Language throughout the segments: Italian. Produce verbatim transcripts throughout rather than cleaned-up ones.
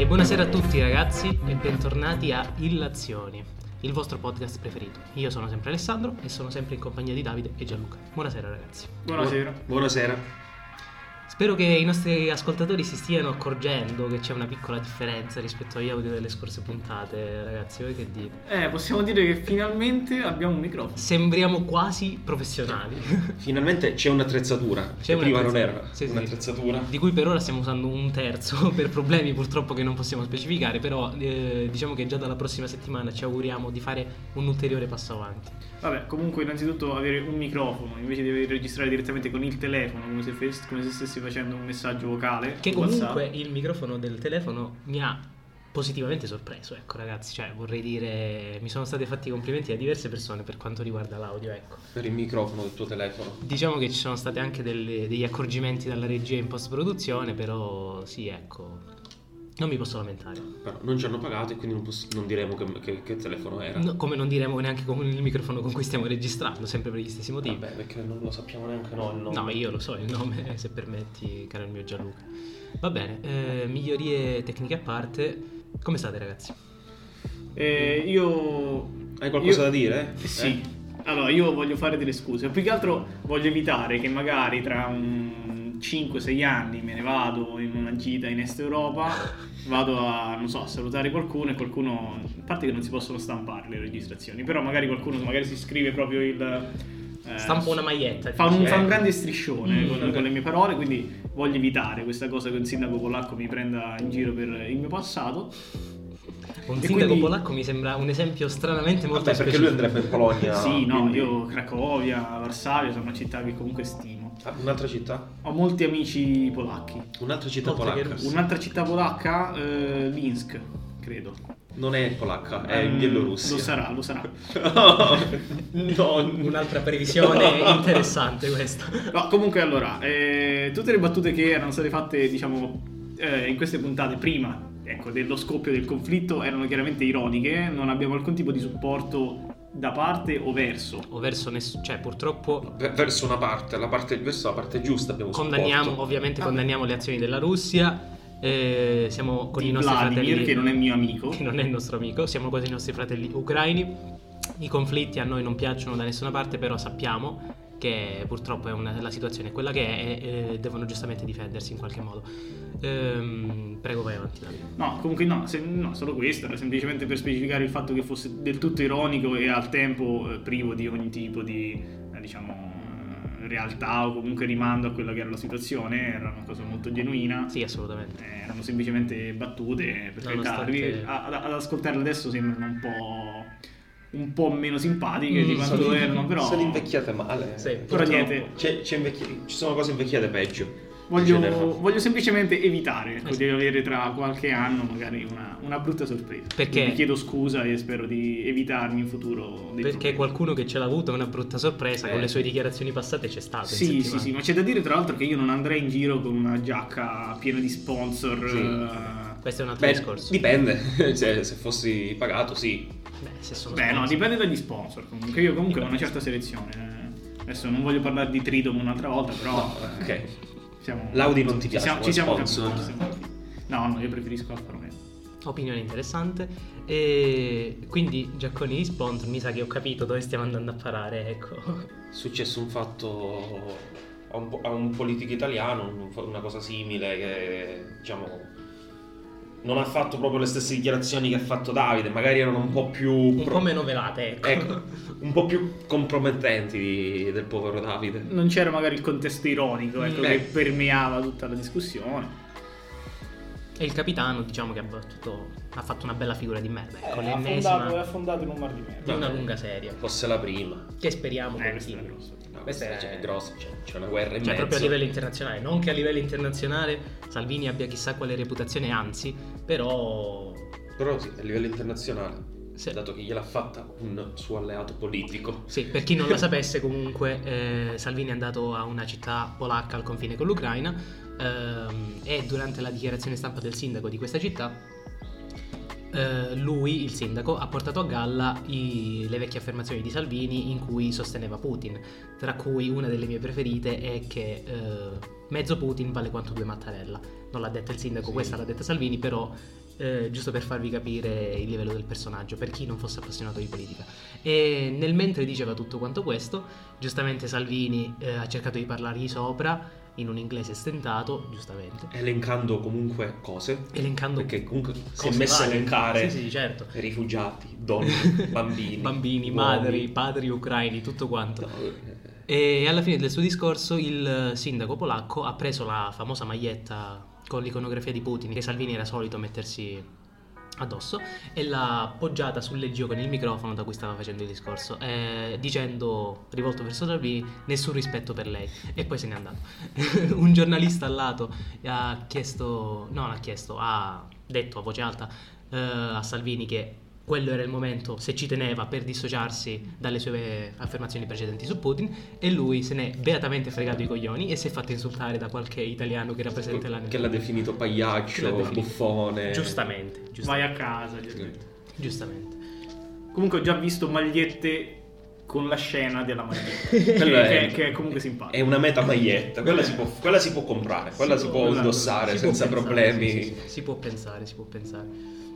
E buonasera a tutti ragazzi e bentornati a Illazioni, il vostro podcast preferito. Io sono sempre Alessandro e sono sempre in compagnia di Davide e Gianluca. Buonasera ragazzi. Buonasera. Buonasera. Spero che i nostri ascoltatori si stiano accorgendo che c'è una piccola differenza rispetto agli audio delle scorse puntate, ragazzi. Voi che dite? Eh, possiamo dire che finalmente abbiamo un microfono. Sembriamo quasi professionali. Finalmente c'è un'attrezzatura. C'è prima un'attrezzatura. non era Sì, sì. un'attrezzatura. Di cui per ora stiamo usando un terzo per problemi purtroppo che non possiamo specificare. Però eh, diciamo che già dalla prossima settimana ci auguriamo di fare un ulteriore passo avanti. Vabbè, comunque innanzitutto avere un microfono invece di registrare direttamente con il telefono, come se, fes- come se stessi facendo un messaggio vocale. Che comunque WhatsApp. il microfono del telefono mi ha positivamente sorpreso, ecco ragazzi, cioè vorrei dire, mi sono stati fatti complimenti da diverse persone per quanto riguarda l'audio, ecco. Per il microfono del tuo telefono. Diciamo che ci sono stati anche delle- degli accorgimenti dalla regia in post-produzione, però sì, ecco, non mi posso lamentare. Però non ci hanno pagato e quindi non, poss- non diremo che, che, che telefono era. No, come non diremo neanche con il microfono con cui stiamo registrando, sempre per gli stessi motivi. Vabbè, perché non lo sappiamo neanche noi il nome. No, io lo so il nome, se permetti, caro il mio Gianluca. Va bene, eh, migliorie tecniche a parte, come state ragazzi? Eh, io... Hai qualcosa io- da dire? Eh, sì. Allora, io voglio fare delle scuse. Più che altro voglio evitare che magari tra un cinque sei anni me ne vado in una gita in Est Europa, vado a, non so, a salutare qualcuno e qualcuno... A parte che non si possono stampare le registrazioni, però magari qualcuno magari si scrive proprio il... eh, Stampo una maglietta. Fa un, dici, fa un eh. grande striscione Mm. con, con le mie parole, quindi voglio evitare questa cosa che un sindaco polacco mi prenda in giro per il mio passato. Un E sindaco quindi- polacco mi sembra un esempio stranamente molto Vabbè, perché lui specifico. andrebbe in Polonia. Sì, no, quindi- io Cracovia, Varsavia sono città che comunque stimo. Ah, un'altra città? Ho molti amici polacchi. Un'altra città Oltre che polacca. russa. Un'altra città polacca, eh, Minsk, credo. Non è polacca, è in Ehm, Bielorussia. Lo sarà, lo sarà. No, Un'altra previsione interessante questa. No, comunque allora, eh, tutte le battute che erano state fatte, diciamo, eh, in queste puntate prima, ecco, dello scoppio del conflitto erano chiaramente ironiche, non abbiamo alcun tipo di supporto da parte o verso. O verso nessuno, cioè purtroppo Ver- verso una parte, la parte, verso la parte giusta abbiamo condanniamo, supporto. ovviamente Ah. condanniamo le azioni della Russia, eh, siamo con Di i nostri Vladimir, fratelli, che non è mio amico. che non è il nostro amico, siamo con i nostri fratelli ucraini. I conflitti a noi non piacciono da nessuna parte, però sappiamo che purtroppo è una, la situazione è quella che è e devono giustamente difendersi in qualche modo. Ehm, prego, vai avanti Davide. No, comunque no, se- no, solo questo, era semplicemente per specificare il fatto che fosse del tutto ironico e al tempo eh, privo di ogni tipo di, eh, diciamo, eh, realtà o comunque rimando a quella che era la situazione, era una cosa molto genuina. Sì, assolutamente. Eh, erano semplicemente battute, per carità, Nonostante- ad, ad ascoltarle adesso sembrano un po', un po' meno simpatiche Mm, di quanto Sono, erano, però sono invecchiate male. Sì, però purtroppo. niente, C'è- c'è invecchi- Ci sono cose invecchiate peggio. in voglio, generale. voglio semplicemente evitare ecco, Eh sì. di avere tra qualche anno magari una, una brutta sorpresa. Perché? Quindi chiedo scusa e spero di evitarmi in futuro dei Perché problemi. qualcuno che ce l'ha avuta una brutta sorpresa Eh. con le sue dichiarazioni passate c'è stato. in Sì, sì, settimana. sì, ma c'è da dire tra l'altro che io non andrei in giro con una giacca piena di sponsor. Sì. eh, Questo è un altro Beh, discorso. dipende. se, se fossi pagato, sì. Beh, se sono Beh, no, sponsor. dipende dagli sponsor. Comunque io comunque ho una certa selezione. eh. Adesso non voglio parlare di Tridom un'altra volta, però No, ok. siamo, L'Audi non ti ci piace siamo, come ci siamo sponsor? capiti, ci siamo capiti. No, no, io preferisco Alfa Romeo. Opinione interessante. E quindi Giacconi di sponsor, mi sa che ho capito dove stiamo andando a parare, ecco. È successo un fatto a un, po- a un politico italiano, un- una cosa simile che diciamo non ha fatto proprio le stesse dichiarazioni che ha fatto Davide, magari erano un po' più Un pro- po' meno velate, ecco. ecco, un po' più compromettenti di- del povero Davide. Non c'era magari il contesto ironico ecco, Mm. che permeava tutta la discussione. E il capitano, diciamo che ha, battuto, ha fatto una bella figura di merda, ecco, Eh, l'ennesima affondato in un mar di merda. di una lunga serie. Fosse la prima. Che speriamo Eh, questa continui. è grossa. No, Questa questa è- è grossa, c'è, c'è una guerra in Cioè mezzo. proprio a livello internazionale, non che a livello internazionale Salvini abbia chissà quale reputazione, anzi, però Però sì, a livello internazionale, Sì. dato che gliel'ha fatta un suo alleato politico. sì, per chi non la sapesse comunque eh, Salvini è andato a una città polacca al confine con l'Ucraina ehm, e durante la dichiarazione stampa del sindaco di questa città eh, lui, il sindaco, ha portato a galla i, le vecchie affermazioni di Salvini in cui sosteneva Putin, tra cui una delle mie preferite è che eh, mezzo Putin vale quanto due Mattarella. Non l'ha detta il sindaco, Sì. questa l'ha detta Salvini, però eh, giusto per farvi capire il livello del personaggio, per chi non fosse appassionato di politica. E nel mentre diceva tutto quanto questo, giustamente Salvini eh, ha cercato di parlargli sopra in un inglese stentato, giustamente, Elencando comunque cose. elencando Perché comunque si è cose messo a varie. elencare Sì, sì, certo. rifugiati, donne, bambini, Bambini, uomini. madri, padri ucraini, tutto quanto. No, eh, E alla fine del suo discorso il sindaco polacco ha preso la famosa maglietta con l'iconografia di Putin che Salvini era solito mettersi addosso e l'ha appoggiata sul leggio con il microfono da cui stava facendo il discorso, eh, dicendo, rivolto verso Salvini, nessun rispetto per lei, e poi se n'è andato. Un giornalista al lato ha chiesto, no, non ha chiesto, ha detto a voce alta eh, a Salvini che quello era il momento, se ci teneva, per dissociarsi dalle sue affermazioni precedenti su Putin, e lui se n'è beatamente fregato i coglioni e si è fatto insultare da qualche italiano che era presente là nel... che l'ha definito Che pagliaccio, l'ha definito- buffone. Giustamente, Vai giustamente, a casa. gli ho detto. giustamente. Comunque ho già visto magliette con la scena della maglietta. Quello che, è- che- che è comunque simpatico. È una meta maglietta, quella si può, quella si può comprare, quella si, può può- indossare Si può senza pensare, problemi. sì, sì, sì, si può pensare, si può pensare.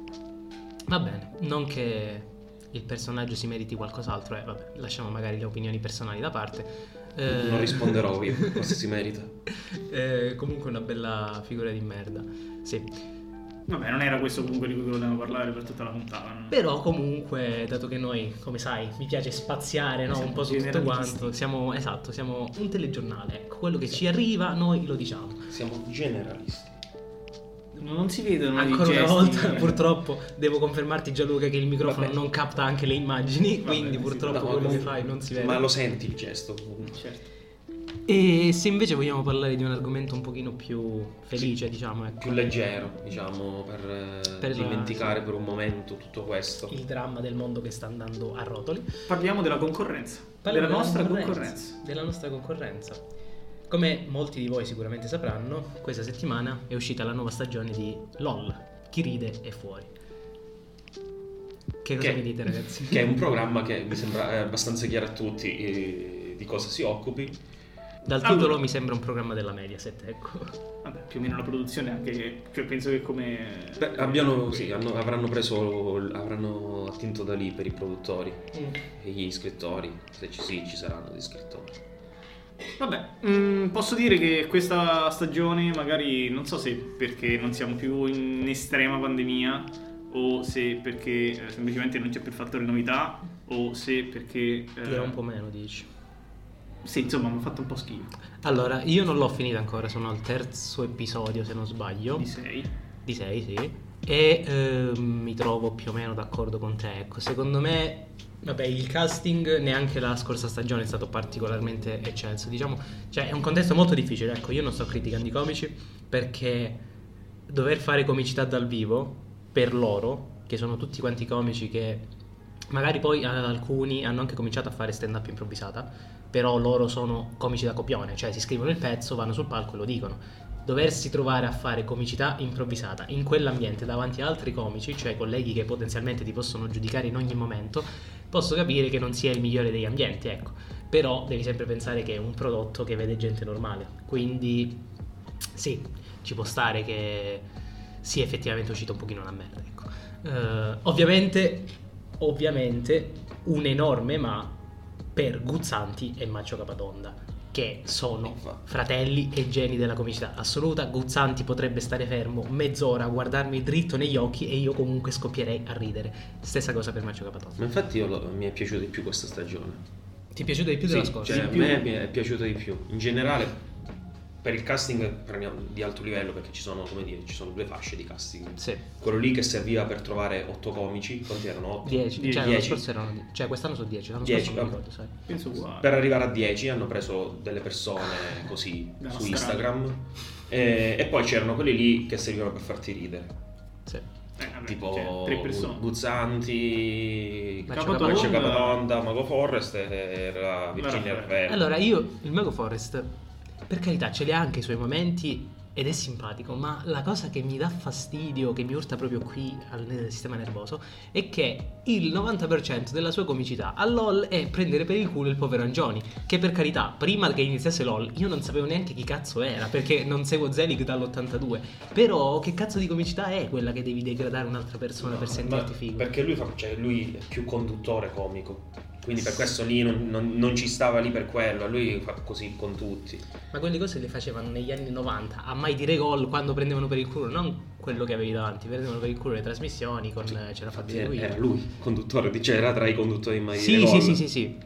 Va bene, non che il personaggio si meriti qualcos'altro, eh, vabbè, lasciamo magari le opinioni personali da parte. Eh, Non risponderò io, forse si merita. eh, comunque una bella figura di merda, sì. Vabbè, non era questo comunque di cui volevamo parlare per tutta la puntata. no? Però comunque, dato che noi, come sai, mi piace spaziare, no, Siamo un po' su tutto generalisti. quanto, siamo, esatto, siamo un telegiornale, ecco, quello che ci arriva noi lo diciamo. Siamo generalisti. Non si vedono i Ancora una gesti. volta, purtroppo, devo confermarti Gianluca che il microfono Vabbè. non capta anche le immagini, Vabbè, quindi sì, purtroppo No, quello non- che fai non si vede. Ma lo senti il gesto? Certo. E se invece vogliamo parlare di un argomento un pochino più felice, diciamo, ecco, Più leggero, diciamo, per, eh, Per la- dimenticare per un momento tutto questo. il dramma del mondo che sta andando a rotoli. Parliamo della concorrenza. Parliamo della nostra concorrenza. Della nostra concorrenza. Come molti di voi sicuramente sapranno, questa settimana è uscita la nuova stagione di LOL. Chi ride è fuori. Che cosa Che- mi dite, ragazzi? Che è un programma che mi sembra eh, abbastanza chiaro a tutti eh, di cosa si occupi. Dal Allora- titolo mi sembra un programma della Mediaset, ecco. Vabbè, più o meno la produzione anche. Cioè, penso che come. Beh, abbiano, sì, hanno- avranno preso, avranno attinto da lì per i produttori e gli iscrittori, se ci, sì, ci saranno gli iscrittori. Vabbè, mm, posso dire che questa stagione, magari non so se perché non siamo più in estrema pandemia, o se perché eh, semplicemente non c'è più il fattore novità, o se perché. eh, Tira un po' meno, dici. Sì, insomma, mi ha fatto un po' schifo. Allora, io non l'ho finita ancora, sono al terzo episodio se non sbaglio. Di sei. Di sei, sì. E ehm, mi trovo più o meno d'accordo con te. Ecco, secondo me, vabbè, il casting neanche la scorsa stagione è stato particolarmente eccelso. Diciamo, cioè, è un contesto molto difficile. Ecco, io non sto criticando i comici perché dover fare comicità dal vivo per loro, che sono tutti quanti comici che magari poi eh, alcuni hanno anche cominciato a fare stand-up improvvisata, però loro sono comici da copione, cioè si scrivono il pezzo, vanno sul palco e lo dicono. Doversi trovare a fare comicità improvvisata in quell'ambiente davanti a altri comici, cioè colleghi che potenzialmente ti possono giudicare in ogni momento, posso capire che non sia il migliore degli ambienti, ecco. Però devi sempre pensare che è un prodotto che vede gente normale, quindi sì, ci può stare che sia effettivamente uscito un pochino una merda, ecco. Eh, ovviamente, ovviamente un enorme ma per Guzzanti e Maccio Capatonda, che sono fratelli e geni della comicità assoluta. Guzzanti potrebbe stare fermo mezz'ora a guardarmi dritto negli occhi e io comunque scoppierei a ridere. Stessa cosa per Maccio Capatonda. Ma infatti io lo- mi è piaciuta di più questa stagione. Ti è piaciuto di più Sì, della scorsa? cioè, a Di più. me mi è piaciuta di più. In generale, per il casting prendiamo di alto livello, perché ci sono, come dire, ci sono due fasce di casting. Sì. Quello lì che serviva per trovare otto comici, quanti erano? otto? dieci, Die- cioè l'anno dieci. scorso erano, cioè quest'anno sono dieci, l'anno dieci, scorso non mi vabbè. ricordo, sai. Penso uguale. Per arrivare a dieci hanno preso delle persone così Dalla su strada. Instagram e, e poi c'erano quelli lì che servivano per farti ridere. Sì. Eh, vabbè, Tipo cioè, tre persone. Guzzanti, Maccio Capatonda. Maccio Capatonda, Mago Forrest e la Virginia Raffaele. Herrera. Allora io, il Mago Forest, per carità, ce li ha anche i suoi momenti ed è simpatico, ma la cosa che mi dà fastidio, che mi urta proprio qui al nel sistema nervoso, è che il novanta per cento della sua comicità a LOL è prendere per il culo il povero Angioni, che per carità, prima che iniziasse LOL io non sapevo neanche chi cazzo era, perché non seguo Zelig dall'ottantadue, però che cazzo di comicità è quella che devi degradare un'altra persona No, per sentirti figo? Perché lui, fa, cioè, lui è più conduttore comico, quindi per questo lì non, non, non ci stava lì per quello, lui fa così con tutti. Ma quelle cose le facevano negli anni novanta, a mai dire gol quando prendevano per il culo, non quello che avevi davanti, prendevano per il culo le trasmissioni con c'era Fabio Luigi. Era lui, conduttore, dice, era tra i conduttori di Mai Sì, dire sì, gol. sì, sì, sì.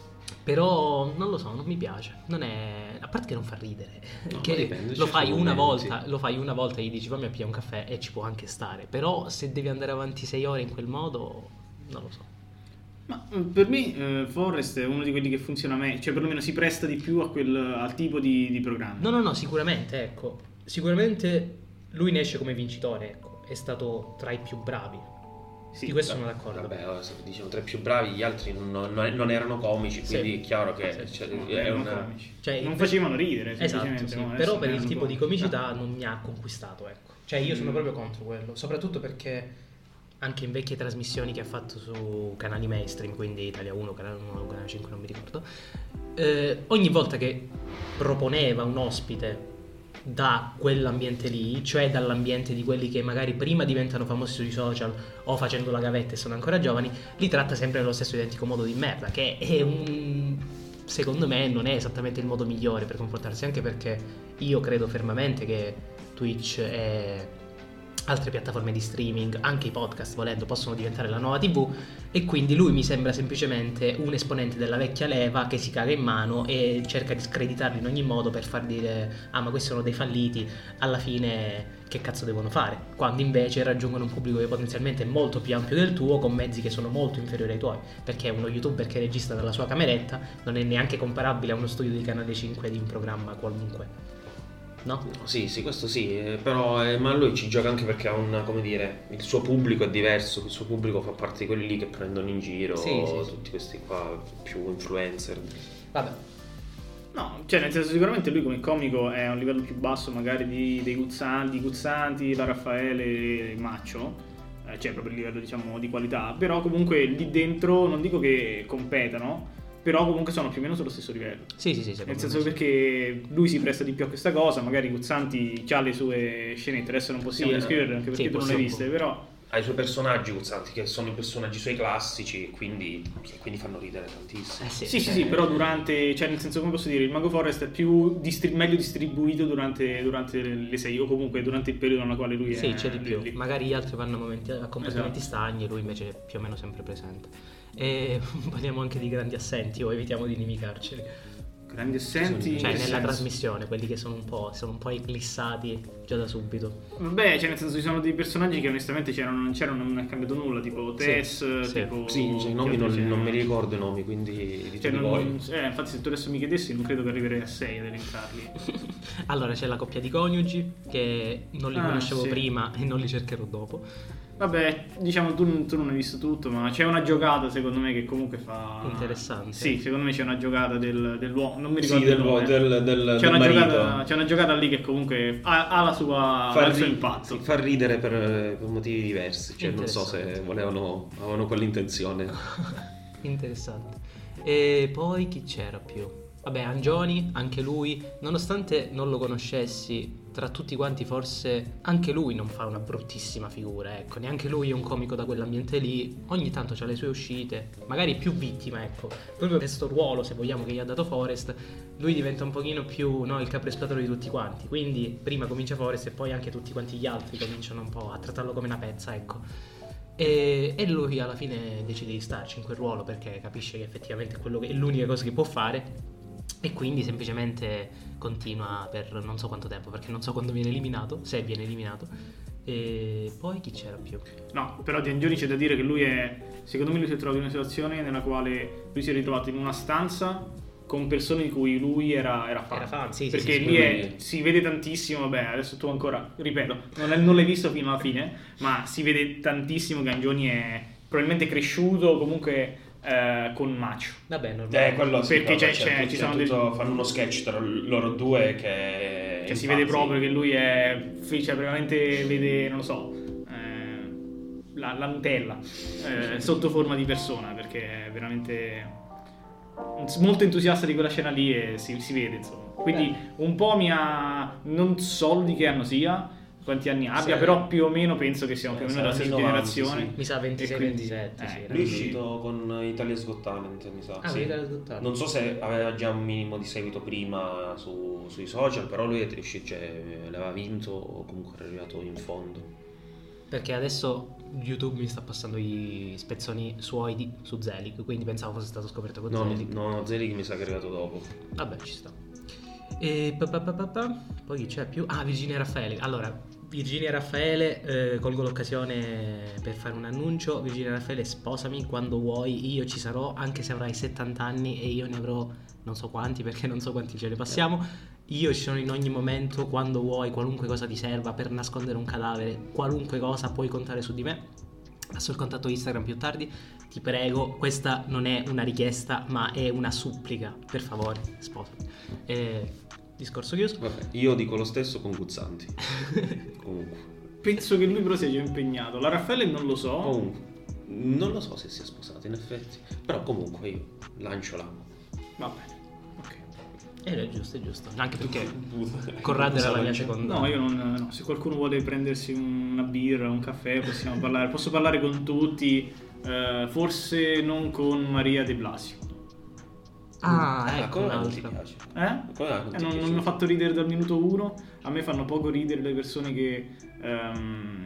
Però non lo so, non mi piace. Non è. A parte che non fa ridere. No, che dipende, lo ci fai sono una momenti. volta, lo fai una volta e gli dici fammi a pigliare un caffè e ci può anche stare. Però se devi andare avanti sei ore in quel modo, non lo so. Ma eh, per me eh, Forrest è uno di quelli che funziona meglio, cioè perlomeno si presta di più a quel, al tipo di, di programma. No, no, no, sicuramente, ecco. Sicuramente lui ne esce come vincitore, ecco. È stato tra i più bravi. Sì, di questo Vabbè, sono d'accordo. Vabbè, ora, se diciamo tra i più bravi, gli altri non, non- non erano comici, Sì. quindi è chiaro che Sì. cioè, No, è non una... comici. Cioè, non per- facevano ridere, Esatto, semplicemente, sì. no? Adesso Però per il erano tipo di comici. comicità non mi ha conquistato, ecco. Cioè io sono Mm. proprio contro quello, soprattutto perché anche in vecchie trasmissioni che ha fatto su canali mainstream, quindi Italia uno, Canale uno, Canale cinque, non mi ricordo, eh, ogni volta che proponeva un ospite da quell'ambiente lì, cioè dall'ambiente di quelli che magari prima diventano famosi sui social o facendo la gavetta e sono ancora giovani, li tratta sempre nello stesso identico modo di merda, che è un... secondo me non è esattamente il modo migliore per comportarsi, anche perché io credo fermamente che Twitch e altre piattaforme di streaming, anche i podcast volendo, possono diventare la nuova tivù, e quindi lui mi sembra semplicemente un esponente della vecchia leva che si caga in mano e cerca di screditarli in ogni modo per far dire ah ma questi sono dei falliti, alla fine che cazzo devono fare, quando invece raggiungono un pubblico che potenzialmente è molto più ampio del tuo con mezzi che sono molto inferiori ai tuoi, perché uno youtuber che registra dalla sua cameretta non è neanche comparabile a uno studio di Canale cinque di un programma qualunque. No? Sì, sì, questo sì, eh, però eh, ma lui ci gioca anche perché ha un, come dire, il suo pubblico è diverso, il suo pubblico fa parte di quelli lì che prendono in giro, Sì, sì, sì. tutti questi qua più influencer. Vabbè. No, cioè nel senso sicuramente lui come comico è a un livello più basso magari di, dei Guzzanti, di Guzzanti, la Raffaele e Maccio, eh, cioè proprio a livello diciamo di qualità, però comunque lì dentro non dico che competano, però comunque sono più o meno sullo stesso livello. Sì, sì, sì. secondo Nel senso me sì. perché lui si presta di più a questa cosa, magari Guzzanti ha le sue scenette, adesso non possiamo Sì, eh. descriverle anche perché Sì, tu non le hai possiamo. viste, però Ha i suoi personaggi Guzzanti che sono i personaggi suoi classici e quindi, e quindi fanno ridere tantissimo. Eh sì, sì, sì, sì, però durante, cioè nel senso come posso dire, il Mago Forest è più distri- meglio distribuito durante, durante le sei o comunque durante il periodo nella quale lui è Sì, c'è di più. lì. Magari gli altri vanno a, momenti, a comportamenti Esatto. stagni, lui invece è più o meno sempre presente. E parliamo anche di grandi assenti o evitiamo di inimicarceli. Grandi assenti. Cioè in che nella senso? trasmissione, quelli che sono un po', sono un po' eclissati già da subito. Vabbè, cioè nel senso ci sono dei personaggi che onestamente c'erano, non c'erano, non è cambiato nulla, tipo Sì, Tess, sì. tipo... Sì, cioè, i nomi che non, altri non c'erano? me li ricordo i nomi, quindi dite Cioè, di non- voi. non- eh, infatti se tu adesso mi chiedessi non credo che arriverei a sei ad elencarli. Allora c'è la coppia di coniugi che non li Ah, conoscevo sì. prima e non li cercherò dopo. Vabbè, diciamo tu, tu non hai visto tutto, ma c'è una giocata secondo me che comunque fa... Interessante. Sì, secondo me c'è una giocata del, dell'uomo, non mi Sì, ricordo del, il nome. del, del, c'è, del una marito. giocata, c'è una giocata lì che comunque ha, ha la sua, Fa ha il suo ri- impatto. sì, fa ridere per, per motivi diversi, cioè non so se Interessante. volevano, avevano quell'intenzione. Interessante. E poi chi c'era più? Vabbè, Angioni, anche lui, nonostante non lo conoscessi, tra tutti quanti forse anche lui non fa una bruttissima figura, ecco, neanche lui è un comico da quell'ambiente lì, ogni tanto c'ha le sue uscite, magari più vittima, ecco, proprio per questo ruolo, se vogliamo, che gli ha dato Forrest, lui diventa un pochino più, no, il capro espiatorio di tutti quanti, quindi prima comincia Forrest e poi anche tutti quanti gli altri cominciano un po' a trattarlo come una pezza, ecco. E, e lui alla fine decide di starci in quel ruolo perché capisce che effettivamente è, quello che, è l'unica cosa che può fare, e quindi semplicemente continua per non so quanto tempo, perché non so quando viene eliminato, se viene eliminato. E poi chi c'era più? No, però di Angioni c'è da dire che lui è, secondo me lui si è trovato in una situazione nella quale lui si è ritrovato in una stanza con persone di cui lui era, era fan, Era fan, sì, sì, perché sì, lì sì, è, sì. si vede tantissimo, vabbè adesso tu ancora, ripeto, non, è- non l'hai visto fino alla fine, ma si vede tantissimo che Angioni è probabilmente cresciuto comunque eh, con Maccio. Vabbè, normale. Eh, quello sì, Perché vabbè, c'è- c'è c'è- tutto- ci c'è sono tutto- dei- fanno uno sketch tra loro due che è Cioè si infatti- vede proprio che lui è, cioè veramente vede, non lo so, eh, la, la Nutella eh, sotto forma di persona, perché è veramente molto entusiasta di quella scena lì e si, si vede, insomma. Quindi un po' mi ha, non so di che anno sia, quanti anni abbia, Sì. però più o meno penso che siano più o Eh, meno della sarà stessa anni novanta, generazione. Mi sa ventisei E quindi- ventisette, eh, sì. Lui è quindi- uscito con Italia's Got Talent, mi sa. Ah, Sì. vedi dal dottore. Non so se aveva già un minimo di seguito prima su- sui social, però lui è riuscito, cioè, l'aveva vinto o comunque è arrivato in fondo. Perché adesso YouTube mi sta passando i spezzoni suoi di, su Zelig, quindi pensavo fosse stato scoperto con No, Zelig. no, Zelig mi sa che è arrivato dopo. Vabbè, ci sta. E pa pa pa pa pa. Poi chi c'è più? Ah, Virginia Raffaele. Allora, Virginia Raffaele, eh, colgo l'occasione per fare un annuncio. Virginia Raffaele, sposami quando vuoi, io ci sarò, anche se avrai settanta anni e io ne avrò non so quanti, perché non so quanti ce ne passiamo. Io ci sono in ogni momento, quando vuoi, qualunque cosa ti serva per nascondere un cadavere, qualunque cosa, puoi contare su di me. Passo il contatto Instagram più tardi. Ti prego, questa non è una richiesta, ma è una supplica. Per favore, sposami. Eh, discorso chiuso. Vabbè, io dico lo stesso con Guzzanti. Comunque. Penso che lui però sia già impegnato. La Raffaele non lo so. Comunque. Non lo so se si è sposato in effetti, però comunque io lancio l'amo. Va bene. Ok. Eh, è giusto, è giusto. Anche perché Corrado Corrado era la mia seconda. No, io non. No, se qualcuno vuole prendersi una birra, un caffè, possiamo parlare. Posso parlare con tutti. eh, forse non con Maria De Blasio. Ah, ecco come non ti un'altra. piace? Eh? Come non ti Eh, non, piace? non mi ha fatto ridere dal minuto uno. A me fanno poco ridere le persone che. ehm,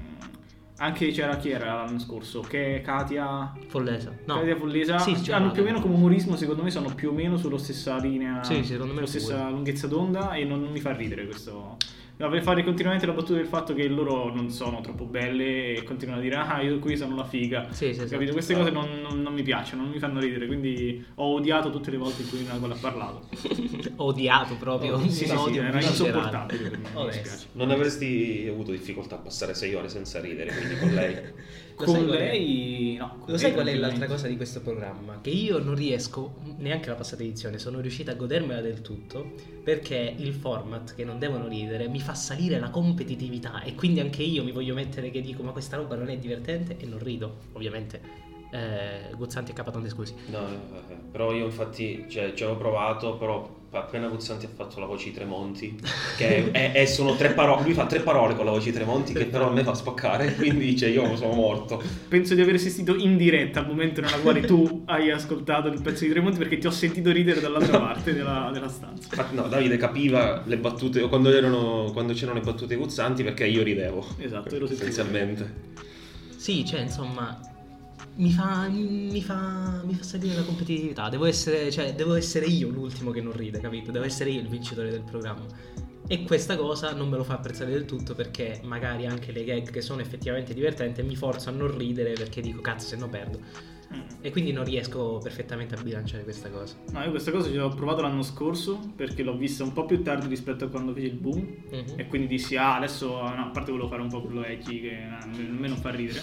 anche c'era chi era l'anno scorso? Che Katia. Follesa. No. Katia Follesa. Sì, Cioè, sì, hanno vado. più o meno come umorismo, secondo me, sono più o meno sulla stessa linea. Sì, secondo me sulla stessa pure. lunghezza d'onda e non, non mi fa ridere questo. No, per fare continuamente la battuta del fatto che loro non sono troppo belle e continuano a dire ah io qui sono la figa. Sì, sì, Capito? esatto. Queste cose non, non- non mi piacciono, non mi fanno ridere, quindi ho odiato tutte le volte in cui Nicole ha parlato. Odiato proprio. Sì, sì, un sì, odio era viscerale. insopportabile per me, mi Vabbè. dispiace. Non avresti avuto difficoltà a passare sei ore senza ridere, quindi con lei. Lo sai Con qual è? lei no, con Lo sai lei qual è l'altra tranquillamente. cosa di questo programma? Che io non riesco, neanche la passata edizione, sono riuscita a godermela del tutto perché il format che non devono ridere mi fa salire la competitività e quindi anche io mi voglio mettere che dico ma questa roba non è divertente e non rido, ovviamente. Eh, Guzzanti e Capatonde scusi. No, eh, eh, però io infatti cioè, ci avevo provato, però appena Guzzanti ha fatto la voce di Tremonti, che è, è- sono tre parole, lui fa tre parole con la voce di Tremonti che però a me fa spaccare, quindi cioè, io sono morto. Penso di aver assistito in diretta al momento nella quale tu hai ascoltato il pezzo di Tremonti perché ti ho sentito ridere dall'altra parte della, della stanza. Infatti, no, Davide capiva le battute, o quando, erano, quando c'erano le battute Guzzanti perché io ridevo. Esatto, ero sentito. Essenzialmente. Sì, cioè insomma mi fa, mi fa mi fa salire la competitività. Devo essere, cioè, devo essere io l'ultimo che non ride, capito? Devo essere io il vincitore del programma. E questa cosa non me lo fa apprezzare del tutto perché magari anche le gag che sono effettivamente divertenti mi forzo a non ridere perché dico cazzo se no perdo. Mm. E quindi non riesco perfettamente a bilanciare questa cosa. No, io questa cosa ci ho provato l'anno scorso perché l'ho vista un po' più tardi rispetto a quando fece il boom Mhm. e quindi dissi ah adesso no, a parte volevo fare un po' quello edgy che eh, a me non fa ridere.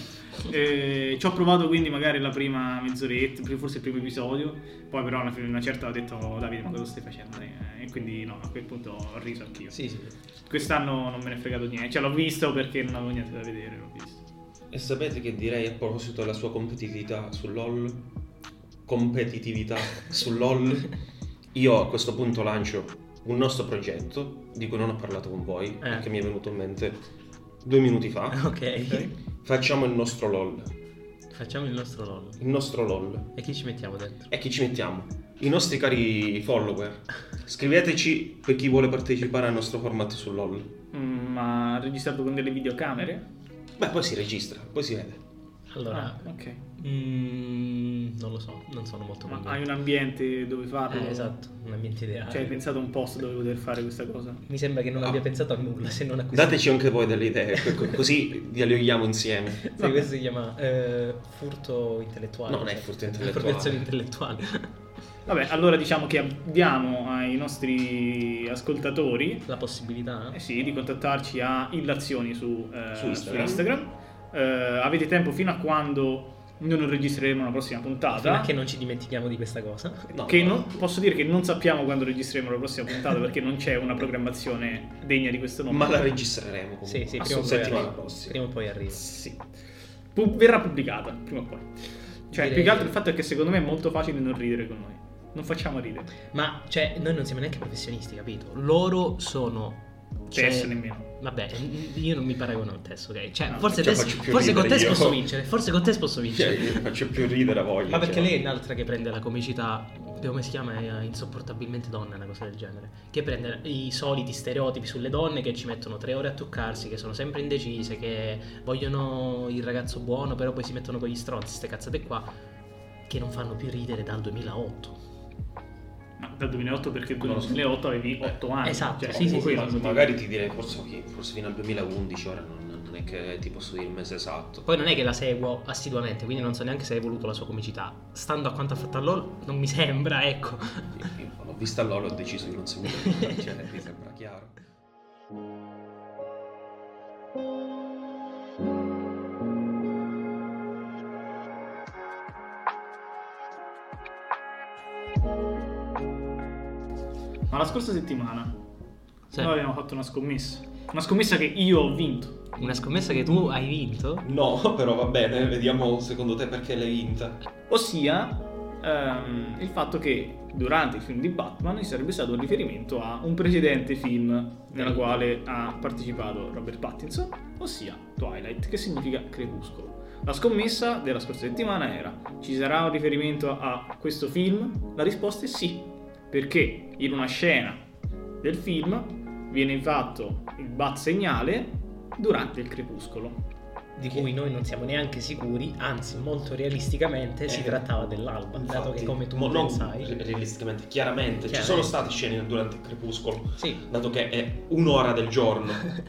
E ci ho provato quindi magari la prima mezz'oretta, forse il primo episodio, poi però alla fine una certa ho detto Davide ma cosa stai facendo? E quindi no, a quel punto ho riso anch'io. Sì, sì. Quest'anno non me ne è fregato niente, cioè l'ho visto perché non avevo niente da vedere, l'ho visto. E sapete che direi a proposito della sua competitività su LOL? Competitività su LOL? Io a questo punto lancio un nostro progetto di cui non ho parlato con voi, perché mi è venuto in mente due minuti fa. Ok. Facciamo il nostro LOL. Facciamo il nostro LOL. Il nostro LOL. E chi ci mettiamo dentro? E chi ci mettiamo? I nostri cari follower. Scriveteci per chi vuole partecipare al nostro format su LOL. Mm, ma registrato con delle videocamere? Beh, poi si registra, poi si vede. Allora, Ah, ok. mm, non lo so, non sono molto Ma convinto. hai un ambiente dove farlo? Eh, esatto, un ambiente ideale. Cioè hai pensato a un posto dove poter fare questa cosa? Mi sembra che non Ah. abbia pensato a nulla se non a questo. Dateci anche voi delle idee, co- così dialoghiamo insieme. Sì, questo si chiama eh, furto intellettuale. No, non è furto intellettuale. Appropriazione intellettuale. Vabbè, allora diciamo che abbiamo ai nostri ascoltatori La possibilità. eh sì, di contattarci a Illazioni su, eh, Su Instagram. su Instagram. Eh, avete tempo fino a quando noi non registreremo la prossima puntata. Fino a che non ci dimentichiamo di questa cosa. No, Che no. non, posso dire che non sappiamo quando registreremo la prossima puntata perché non c'è una programmazione degna di questo nome. Ma la registreremo comunque. Sì, sì, prima o Assolut- poi settimana arriva. prossima. Prima o poi arriva. Sì. Pu- verrà pubblicata prima o poi. Cioè, Direi più che altro che- il fatto è che secondo me è molto facile non ridere con noi. Non facciamo ridere. Ma cioè, noi non siamo neanche professionisti, capito? Loro sono. Cioè, Tess nemmeno. Vabbè, io non mi paragono a Tess, ok? Cioè, No, forse, cioè, Tess- faccio più forse con ridere Tess io. posso vincere. Forse con Tess posso Cioè, vincere. io faccio più ridere a voglia. Ma perché cioè. lei è un'altra che prende la comicità, come si chiama? È insopportabilmente donna, una cosa del genere. Che prende i soliti stereotipi sulle donne che ci mettono tre ore a truccarsi, che sono sempre indecise, che vogliono il ragazzo buono, però poi si mettono con gli stronzi, ste cazzate qua, che non fanno più ridere dal duemilaotto. Ma dal duemilaotto perché tu Non nel lo so. duemilaotto avevi otto anni. esatto, Cioè, sì, sì, quello sì, è il sì. motivo. Magari ti direi forse, ok, forse fino al duemilaundici, ora non, non è che ti posso dire il mese esatto. Poi non è che la seguo assiduamente, quindi non so neanche se hai voluto la sua comicità. Stando a quanto ha fatto a LOL, non mi sembra, ecco. Io l'ho vista a loro e ho deciso di non seguire. Cioè, mi sembra chiaro. Ma la scorsa settimana Sì. noi abbiamo fatto una scommessa. Una scommessa che io ho vinto. Una scommessa che tu hai vinto? No, però va bene, vediamo secondo te perché l'hai vinta. Ossia ehm, il fatto che durante il film di Batman ci sarebbe stato un riferimento a un precedente film nella quale ha partecipato Robert Pattinson, ossia Twilight, che significa crepuscolo. La scommessa della scorsa settimana era: ci sarà un riferimento a questo film? La risposta è sì, perché in una scena del film viene fatto il bat segnale durante il crepuscolo. Di cui noi non siamo neanche sicuri, anzi molto realisticamente si Eh, trattava dell'alba, dato che come tu mo- non pensai. re- realisticamente, chiaramente, ci Chiaramente. sono state scene durante il crepuscolo, Sì. dato che è un'ora del giorno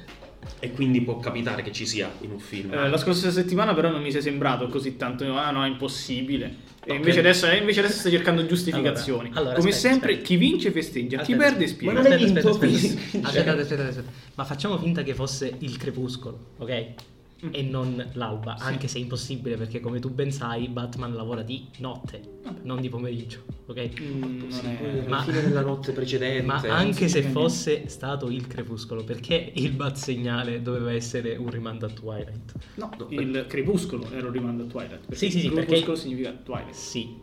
e quindi può capitare che ci sia in un film. Eh, la scorsa settimana però non mi sei sembrato così tanto, ah no, è impossibile. E Ok. invece adesso, eh, invece adesso stai cercando giustificazioni. Allora, allora, Come aspetta, sempre, aspetta. chi vince festeggia, chi Aspetta, perde aspetta. spiega. Ma non hai Aspetta, vinto, aspetta, quindi- aspetta, aspetta, aspetta, aspetta. Ma facciamo finta che fosse il crepuscolo, ok? E non l'alba, Sì. anche se è impossibile perché come tu ben sai Batman lavora di notte, non di pomeriggio, ok? Mm, non Sì, è- poi alla Ma- fine della notte precedente. Ma non anche si se vede fosse stato il crepuscolo, perché il bat segnale doveva essere un rimando a Twilight? No, No, il crepuscolo era un rimando a Twilight. Perché Sì, sì, sì, perché- crepuscolo significa Twilight. Sì,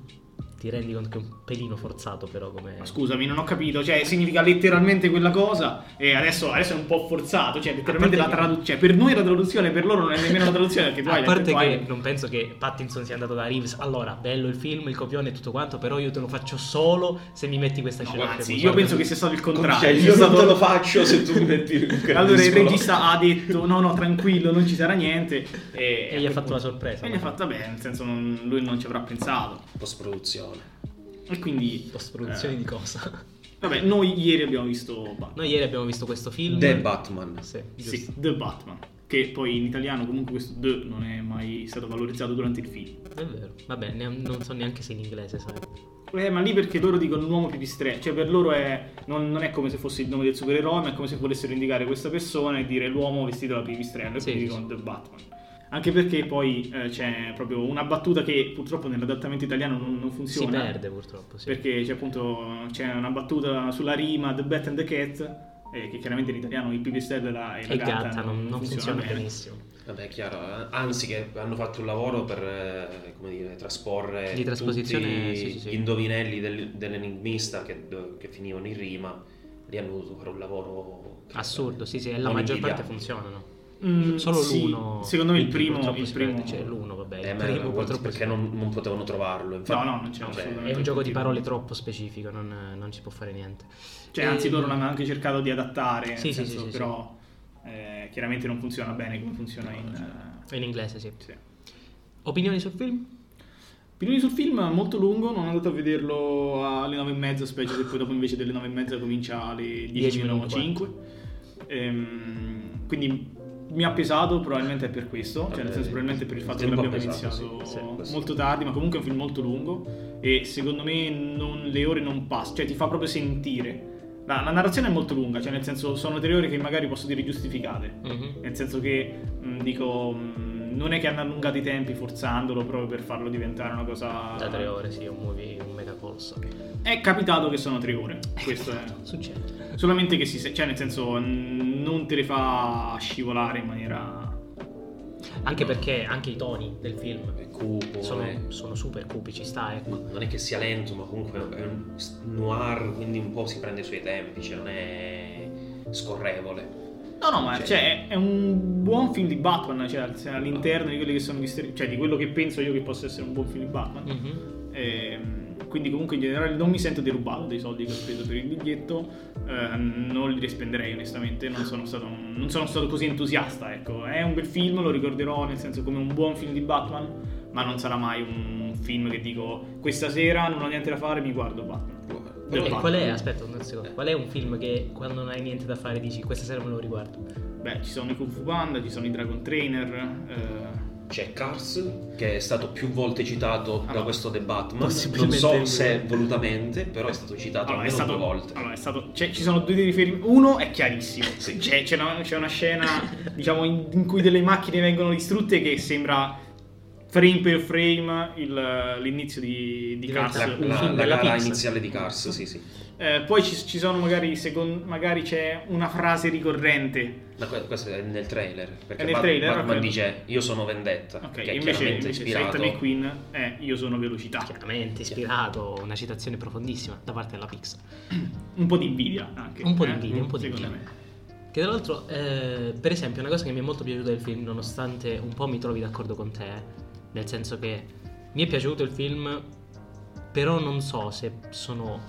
ti rendi conto che è un pelino forzato però come... Ma scusami, non ho capito, cioè significa letteralmente quella cosa e adesso, adesso è un po' forzato, cioè letteralmente A la parte che- traduzione, cioè per noi la traduzione, per loro non è nemmeno la traduzione perché A Twilight parte è Twilight. che non penso che Pattinson sia andato da Reeves. Allora, bello il film, il copione e tutto quanto, però io te lo faccio solo se mi metti questa No, scena. anzi, crepuscolo. io penso che sia stato il contrario. Cioè, sia io non stato- te lo faccio se tu mi metti il crepuscolo. Allora il regista ha detto no no tranquillo non ci sarà niente e, E gli ha fatto la sorpresa. e gli ha fatto bene, nel senso non- lui non ci avrà pensato Post produzione. e quindi Post produzione eh, di cosa? vabbè, noi ieri abbiamo visto Batman. Noi ieri abbiamo visto questo film. The Batman. Sì, Sì, giusto. The Batman, che poi in italiano comunque questo The non è mai stato valorizzato durante il film. È vero. Vabbè, ne- non so neanche se in inglese, sai. Eh, ma lì perché loro dicono l'uomo pipistrello, cioè per loro è non, non è come se fosse il nome del supereroe, ma è come se volessero indicare questa persona e dire l'uomo vestito da pipistrello, e Sì, quindi sì, dicono The Batman. Anche perché poi eh, c'è proprio una battuta che purtroppo nell'adattamento italiano non, non Si funziona. perde purtroppo, sì. Perché c'è appunto c'è una battuta sulla rima The Bat and the Cat, eh, che chiaramente in italiano il pipistrello e la, e la E gatta, gatta non, non funziona bene. benissimo. Vabbè, chiaro, eh, anzi che hanno fatto un lavoro per, eh, come dire, trasporre Di trasposizione, tutti sì, sì, sì. gli indovinelli del- dell'enigmista che, che finivano in rima, lì hanno dovuto fare un lavoro... Assurdo, sì, sì, e la non maggior parte invidiabile. funzionano. Mm, Solo sì, l'uno. secondo me il primo, purtroppo il si primo perde, c'è l'uno, vabbè. Eh, il ma primo purtroppo perché si non, non potevano trovarlo. infatti. No, no, non c'è Cioè, assolutamente. è un gioco di motivo. parole troppo specifico, non, non ci può fare niente. Cioè, anzi, E- loro l'hanno anche cercato di adattare, nel Sì, sì, senso, sì, sì, però eh, chiaramente non funziona bene come funziona in... eh, In inglese, sì. sì. Opinioni sul film? Opinioni sul film, molto lungo, non andato a vederlo alle nove e mezza, specie se poi dopo invece delle nove e mezza comincia alle dieci dieci meno minuti cinque. Ehm, quindi mi ha pesato, probabilmente è per questo, cioè nel Vabbè, senso probabilmente per il fatto che tempo l'abbiamo ha pesato, iniziato sì, sì, molto tardi, ma comunque è un film molto lungo e secondo me non- le ore non passano, cioè ti fa proprio sentire. La, la narrazione è molto lunga, cioè nel senso sono tre ore che magari posso dire giustificate. Mhm. Nel senso che mh, dico mh, non è che hanno allungato i tempi forzandolo proprio per farlo diventare una cosa da tre ore, sì, un movie, un mega corso. È capitato che sono tre ore, questo è Succede. solamente che si cioè nel senso non te le fa scivolare in maniera. Anche perché anche i toni del film È cupo, sono, è- sono super cupi, ci sta, ecco. non è che sia lento, ma comunque è un noir, quindi un po' si prende i suoi tempi, cioè non è scorrevole. No, no, ma Cioè- cioè, è un buon film di Batman, cioè all'interno di quelli che sono gli stere- cioè di quello che penso io che possa essere un buon film di Batman. Mhm. Ehm, quindi comunque in generale non mi sento derubato dei soldi che ho speso per il biglietto, eh, non li rispenderei onestamente, non sono stato un- non sono stato così entusiasta, ecco. È un bel film, lo ricorderò nel senso come un buon film di Batman, ma non sarà mai un film che dico questa sera non ho niente da fare, mi guardo Batman. E Batman. qual è, aspetta un secondo, qual è un film che quando non hai niente da fare dici questa sera me lo riguardo? Beh, ci sono i Kung Fu Panda, ci sono i Dragon Trainer, eh, C'è Cars, che è stato più volte citato Ah, da no. questo The Batman, non Possibilmente so il- se volutamente, però è stato citato Allora, è almeno stato, due volte. allora, è stato, c'è- ci sono due riferimenti. Uno è chiarissimo. Sì. C'è, c'è una, c'è una scena, diciamo, in, in cui delle macchine vengono distrutte che sembra frame per frame il- l'inizio di, di Diventa Cars. un La, film la della gara Pixar. iniziale di Cars, sì, sì. Eh, poi ci, ci sono magari, secon- magari c'è una frase ricorrente. Ma que- questo è nel trailer, perché È nel Bat- trailer, Batman ok. dice io sono vendetta, Ok, che è invece, chiaramente invece ispirato. Fate McQueen è Io sono velocità. Chiaramente ispirato, una citazione profondissima da parte della Pixar. Un po' di invidia anche. Un po' di eh, invidia, un po' di secondo invidia. me. Che tra l'altro, eh, per esempio, una cosa che mi è molto piaciuta del film, nonostante un po' mi trovi d'accordo con te, nel senso che mi è piaciuto il film, però non so se sono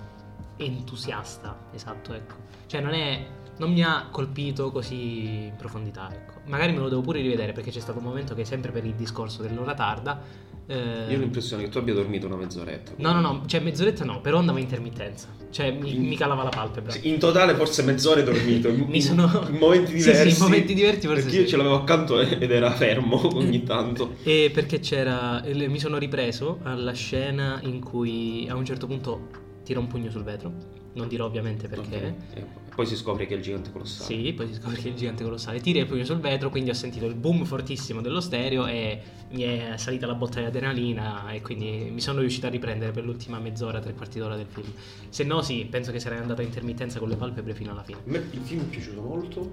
entusiasta, esatto, ecco. Cioè non è, non mi ha colpito così in profondità, ecco. Magari me lo devo pure rivedere perché c'è stato un momento che sempre per il discorso dell'ora tarda. eh, Io ho l'impressione che tu abbia dormito una mezz'oretta. No, no, no, cioè mezz'oretta no, però andavo a intermittenza. Cioè mi, mi calava la palpebra. Sì, in totale forse mezz'ora hai dormito. in- Mi sono- in momenti Sì, sì, in diversi. momenti diversi forse Perché io sì. ce l'avevo accanto ed era fermo ogni tanto. E perché c'era. eh, Mi sono ripreso alla scena in cui a un certo punto tira un pugno sul vetro. Non dirò ovviamente perché. Ok. E poi si scopre che è il gigante colossale. Sì, poi si scopre che è il gigante colossale tira il pugno sul vetro, quindi ho sentito il boom fortissimo dello stereo e mi è salita la botta di adrenalina e quindi mi sono riuscito a riprendere per l'ultima mezz'ora, tre quarti d'ora del film. Se no sì, penso che sarei andato a intermittenza con le palpebre fino alla fine. A me il film è piaciuto molto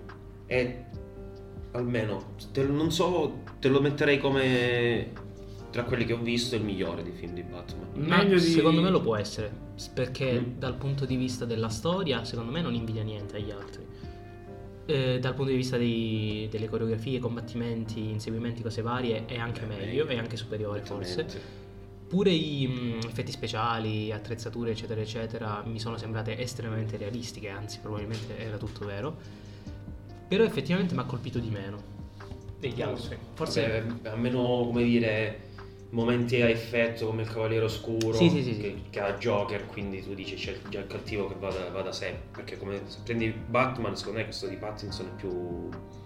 e almeno te lo- non so, te lo metterei come tra quelli che ho visto il migliore dei film di Batman. Ma Meglio di- secondo me lo può essere, perché Mm. dal punto di vista della storia, secondo me non invidia niente agli altri. Eh, dal punto di vista dei- delle coreografie, combattimenti, inseguimenti, cose varie, è anche Eh, meglio, è anche superiore forse. Esattamente. Pure i mm, effetti speciali, attrezzature, eccetera, eccetera, mi sono sembrate estremamente realistiche, anzi, probabilmente era tutto vero. Però effettivamente mi ha colpito di meno degli altri. Forse. Vabbè, a meno, come dire, momenti a effetto come il Cavaliere Oscuro Sì, sì, sì, sì. che, che ha Joker, quindi tu dici c'è già il cattivo che va da, va da sé, perché come se prendi Batman, secondo me questo di Pattinson è più,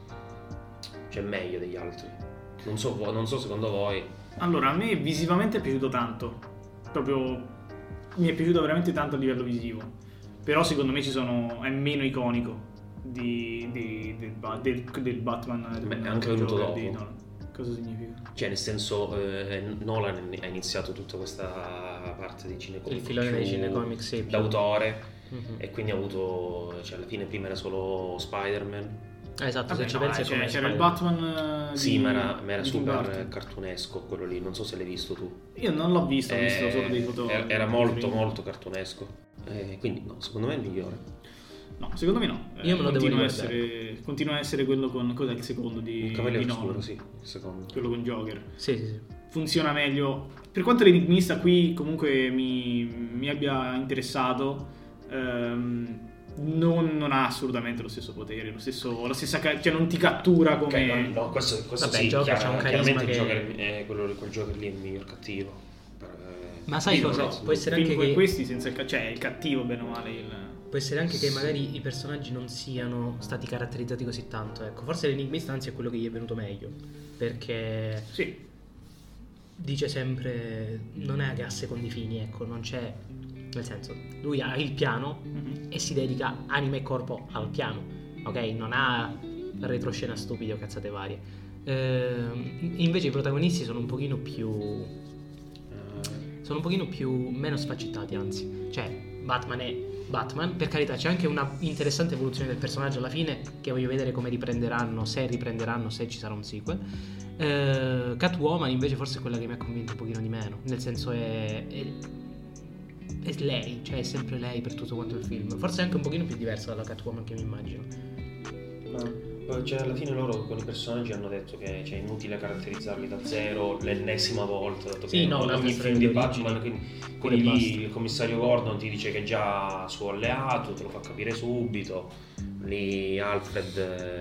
cioè meglio degli altri. Non so, vo- non so secondo voi. Allora, a me visivamente è piaciuto tanto. Proprio mi è piaciuto veramente tanto a livello visivo. Però secondo me ci sono è meno iconico di, di- del, Ba- del- del Batman Beh, del- è anche del venuto Joker dopo. di Nolan. Cosa significa? Cioè, nel senso, eh, Nolan ha iniziato tutta questa parte di cinecomic Il filone più dei cinecomic, sì, più- d'autore, Mhm. e quindi ha avuto, cioè alla fine prima era solo Spider-Man. Eh, esatto, Vabbè, se ci no, pensi è c'era, come c'era il Spider-Man. Batman eh, Sì, di, ma era, ma era di Tim super Burton. cartunesco quello lì, non so se l'hai visto tu. Io non l'ho visto, ho visto Eh, solo dei foto. Era, era molto prima. molto cartunesco. Eh, quindi no, secondo me è il migliore. No, secondo me no. Io me lo devo continua, a riguardare. essere, continua a essere quello con. Cos'è il secondo di, Il Cavaliere di Oscuro, Nolan? sì, il secondo. Quello con Joker. Sì, sì, sì. Funziona meglio. Per quanto l'enigmista qui comunque mi, mi abbia interessato, ehm, non, non ha assolutamente lo stesso potere, lo stesso, la stessa ca- cioè non ti cattura come. Ok, no, no, questo, questo Vabbè, sì, Joker chiara- c'ha un carisma chiaramente il che- Joker è, quello, quel Joker lì è il miglior cattivo. Per- Ma sai Io cosa? no, Può essere film anche come che questi senza il, ca- cioè il cattivo bene o male il. può essere anche che magari i personaggi non siano stati caratterizzati così tanto, ecco. Forse l'enigmista anzi è quello che gli è venuto meglio, perché Sì. dice sempre non è che ha secondi fini, ecco, non c'è, nel senso, lui ha il piano Mhm. e si dedica anima e corpo al piano, ok? Non ha retroscena stupide o cazzate varie. Eh, invece i protagonisti sono un pochino più sono un pochino più meno sfaccettati, anzi, cioè Batman è Batman, per carità, c'è anche una interessante evoluzione del personaggio alla fine che voglio vedere come riprenderanno, se riprenderanno, se ci sarà un sequel. eh, Catwoman invece forse è quella che mi ha convinto un pochino di meno, nel senso è, è, è lei, cioè è sempre lei per tutto quanto il film, forse è anche un pochino più diversa dalla Catwoman che mi immagino. Ma cioè, alla fine loro con i personaggi hanno detto che cioè, è inutile caratterizzarli da zero l'ennesima volta, dato Sì, che no, ogni film di Batman, quindi, quindi basta. lì il commissario Gordon ti dice che è già suo alleato, te lo fa capire subito. Lì Alfred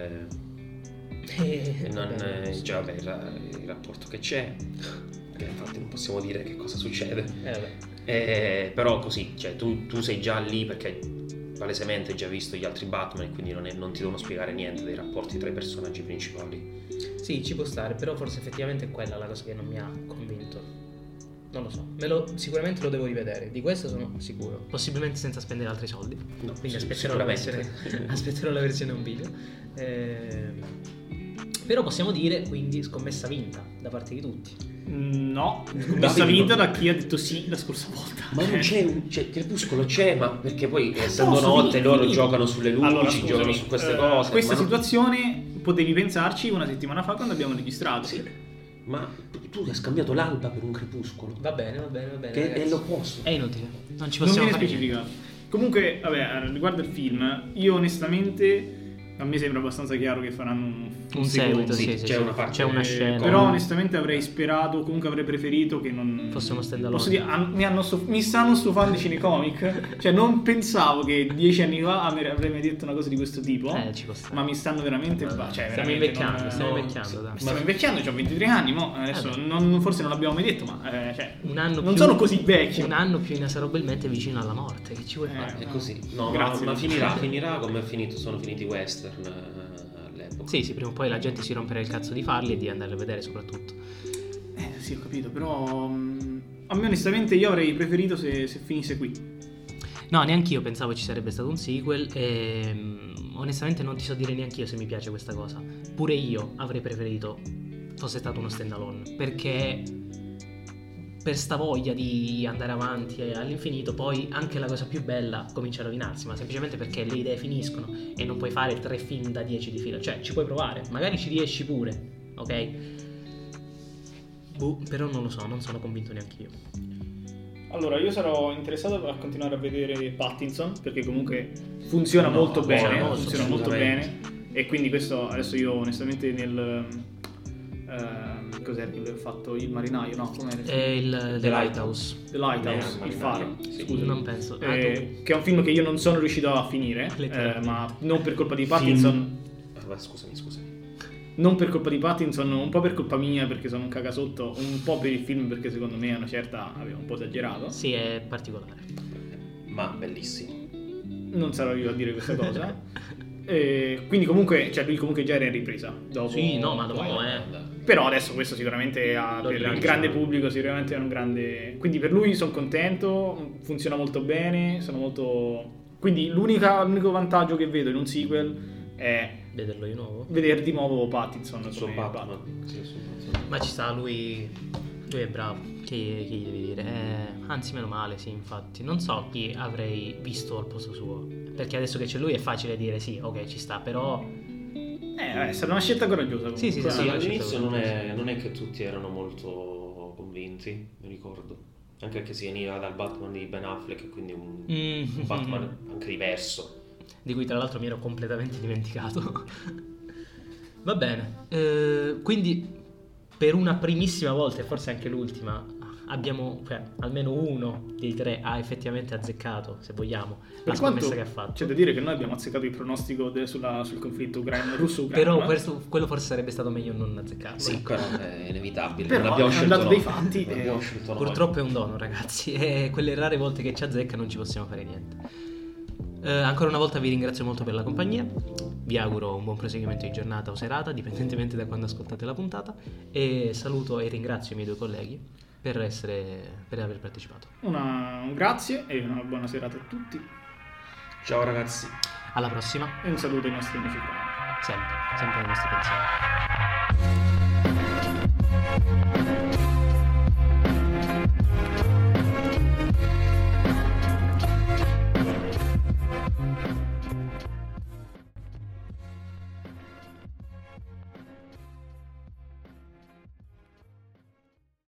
eh, Eh, non, vabbè, eh, già, vabbè, il, il rapporto che c'è, che infatti non possiamo dire che cosa succede, eh, vabbè. eh, però così, cioè, tu, tu sei già lì perché palesemente hai già visto gli altri Batman e quindi non, è, non ti devono spiegare niente dei rapporti tra i personaggi principali. Sì, ci può stare, però forse effettivamente è quella la cosa che non mi ha convinto. Non lo so, me lo, sicuramente lo devo rivedere, di questo sono sicuro. Possibilmente senza spendere altri soldi. No, Quindi sì, aspetterò, la versione, aspetterò la versione un video. Eh, però possiamo dire quindi scommessa vinta da parte di tutti. No, scommessa vinta da chi ha detto sì la scorsa volta. Ma non c'è, un, cioè, Crepuscolo c'è, ma perché poi essendo No, notte finito, loro finito. giocano sulle luci, Allora, scusami, giocano su queste eh, cose. Questa ma non- situazione potevi pensarci una settimana fa quando abbiamo registrato. Sì, ma tu hai scambiato l'alba per un crepuscolo. Va bene, va bene, va bene. Che è ragazzi. l'opposto. È inutile, non ci Non possiamo viene fare. specificato. Comunque, vabbè, riguardo il film, io onestamente a me sembra abbastanza chiaro che faranno un, Un secondo. seguito, sì, Sì, sì, c'è sì. una parte- c'è una Eh, scena. Però onestamente avrei sperato, comunque avrei preferito che non Fosse uno stand-alone. Posso dire, han- mi, hanno stuf- mi stanno stufando i cinecomic. Cioè non pensavo che dieci anni fa avrei avrei mai detto una cosa di questo tipo. Eh, ci può stare. Ma mi stanno veramente Ma- ba- cioè, Stiamo veramente invecchiando, non- stiamo no, invecchiando, dai. Stiamo invecchiando, ho ventitré anni, mo adesso Eh beh. non- forse non l'abbiamo mai detto, ma eh, cioè, Un anno non più, sono così vecchio. Un anno più inesorabilmente vicino alla morte. Che ci vuoi Eh, fare? È così. No, Grazie. ma, ma finirà, finirà come è finito, sono finiti i western eh, all'epoca. Sì, sì, prima o poi la gente si romperà il cazzo di farli e di andare a vedere soprattutto. Eh, sì, ho capito, però mh, a me onestamente io avrei preferito se, se finisse qui. No, neanche io pensavo ci sarebbe stato un sequel e mm, onestamente non ti so dire neanche io se mi piace questa cosa. Pure io avrei preferito fosse stato uno stand-alone, perché per sta voglia di andare avanti all'infinito poi anche la cosa più bella comincia a rovinarsi, ma semplicemente perché le idee finiscono e non puoi fare tre film da dieci di fila. Cioè ci puoi provare, magari ci riesci pure, ok? Boh, però non lo so, non sono convinto neanche io. Allora, io sarò interessato a continuare a vedere Pattinson perché comunque funziona No, molto funziona bene, molto, funziona molto bene assolutamente. e quindi questo adesso io onestamente nel ehm, cos'era che lui ha fatto il marinaio, no, com'era? il È film? il The Lighthouse. The Lighthouse, Eh, il faro, marinaio, sì. scusa. Non penso. Ah, Eh, che è un film che io non sono riuscito a finire, eh, Letteralmente. ma non per colpa di Pattinson. Film- Ah, scusami, scusami. Non per colpa di Pattinson, un po' per colpa mia perché sono un cagasotto, un po' per il film perché secondo me a una certa aveva un po' esagerato. Sì, è particolare. Ma bellissimo. Non sarò io a dire questa cosa. E quindi comunque, cioè lui comunque già era in ripresa. Dopo, Sì, no, ma dopo, Poi, eh. guarda, Però adesso questo sicuramente ha, Lo per il rilancia. grande pubblico sicuramente è un grande... Quindi per lui sono contento, funziona molto bene, sono molto... Quindi l'unica, l'unico vantaggio che vedo in un sequel è Vederlo di nuovo. vedere di nuovo Pattinson il suo come Batman. Batman. Sì, il suo Batman. Ma ci sta, lui. Lui è bravo. Che, che gli devi dire? Eh, anzi, meno male, sì, infatti. Non so chi avrei visto al posto suo. Perché adesso che c'è lui è facile dire sì, ok, ci sta, però. Eh, è stata una scelta coraggiosa comunque. Sì, sì, sì, Sì, sì, all'inizio non è, sì. non è che tutti erano molto convinti, mi ricordo. Anche perché si veniva dal Batman di Ben Affleck, quindi un, Mm. un Batman anche diverso. Di cui tra l'altro mi ero completamente dimenticato. Va bene. Eh, quindi, per una primissima volta, e forse anche l'ultima, abbiamo, cioè, almeno uno dei tre ha effettivamente azzeccato, se vogliamo, la Per scommessa quanto che ha fatto. c'è da dire che noi abbiamo azzeccato il pronostico de- sulla- sul conflitto ucraino, russo-ucraino. Però eh. questo, quello forse sarebbe stato meglio non azzeccarlo. Sì, ecco. però è inevitabile. Però non abbiamo è scelto andato noi. dei fatti Non e- abbiamo scelto noi. Purtroppo è un dono, ragazzi, e quelle rare volte che ci azzecca non ci possiamo fare niente. Eh, ancora una volta vi ringrazio molto per la compagnia, vi auguro un buon proseguimento di giornata o serata, dipendentemente da quando ascoltate la puntata, e saluto e ringrazio i miei due colleghi per, essere, per aver partecipato. Una- un grazie e una buona serata a tutti Ciao ragazzi. Alla prossima, e un saluto ai nostri amici. sempre, sempre nei nostri pensieri. ciao.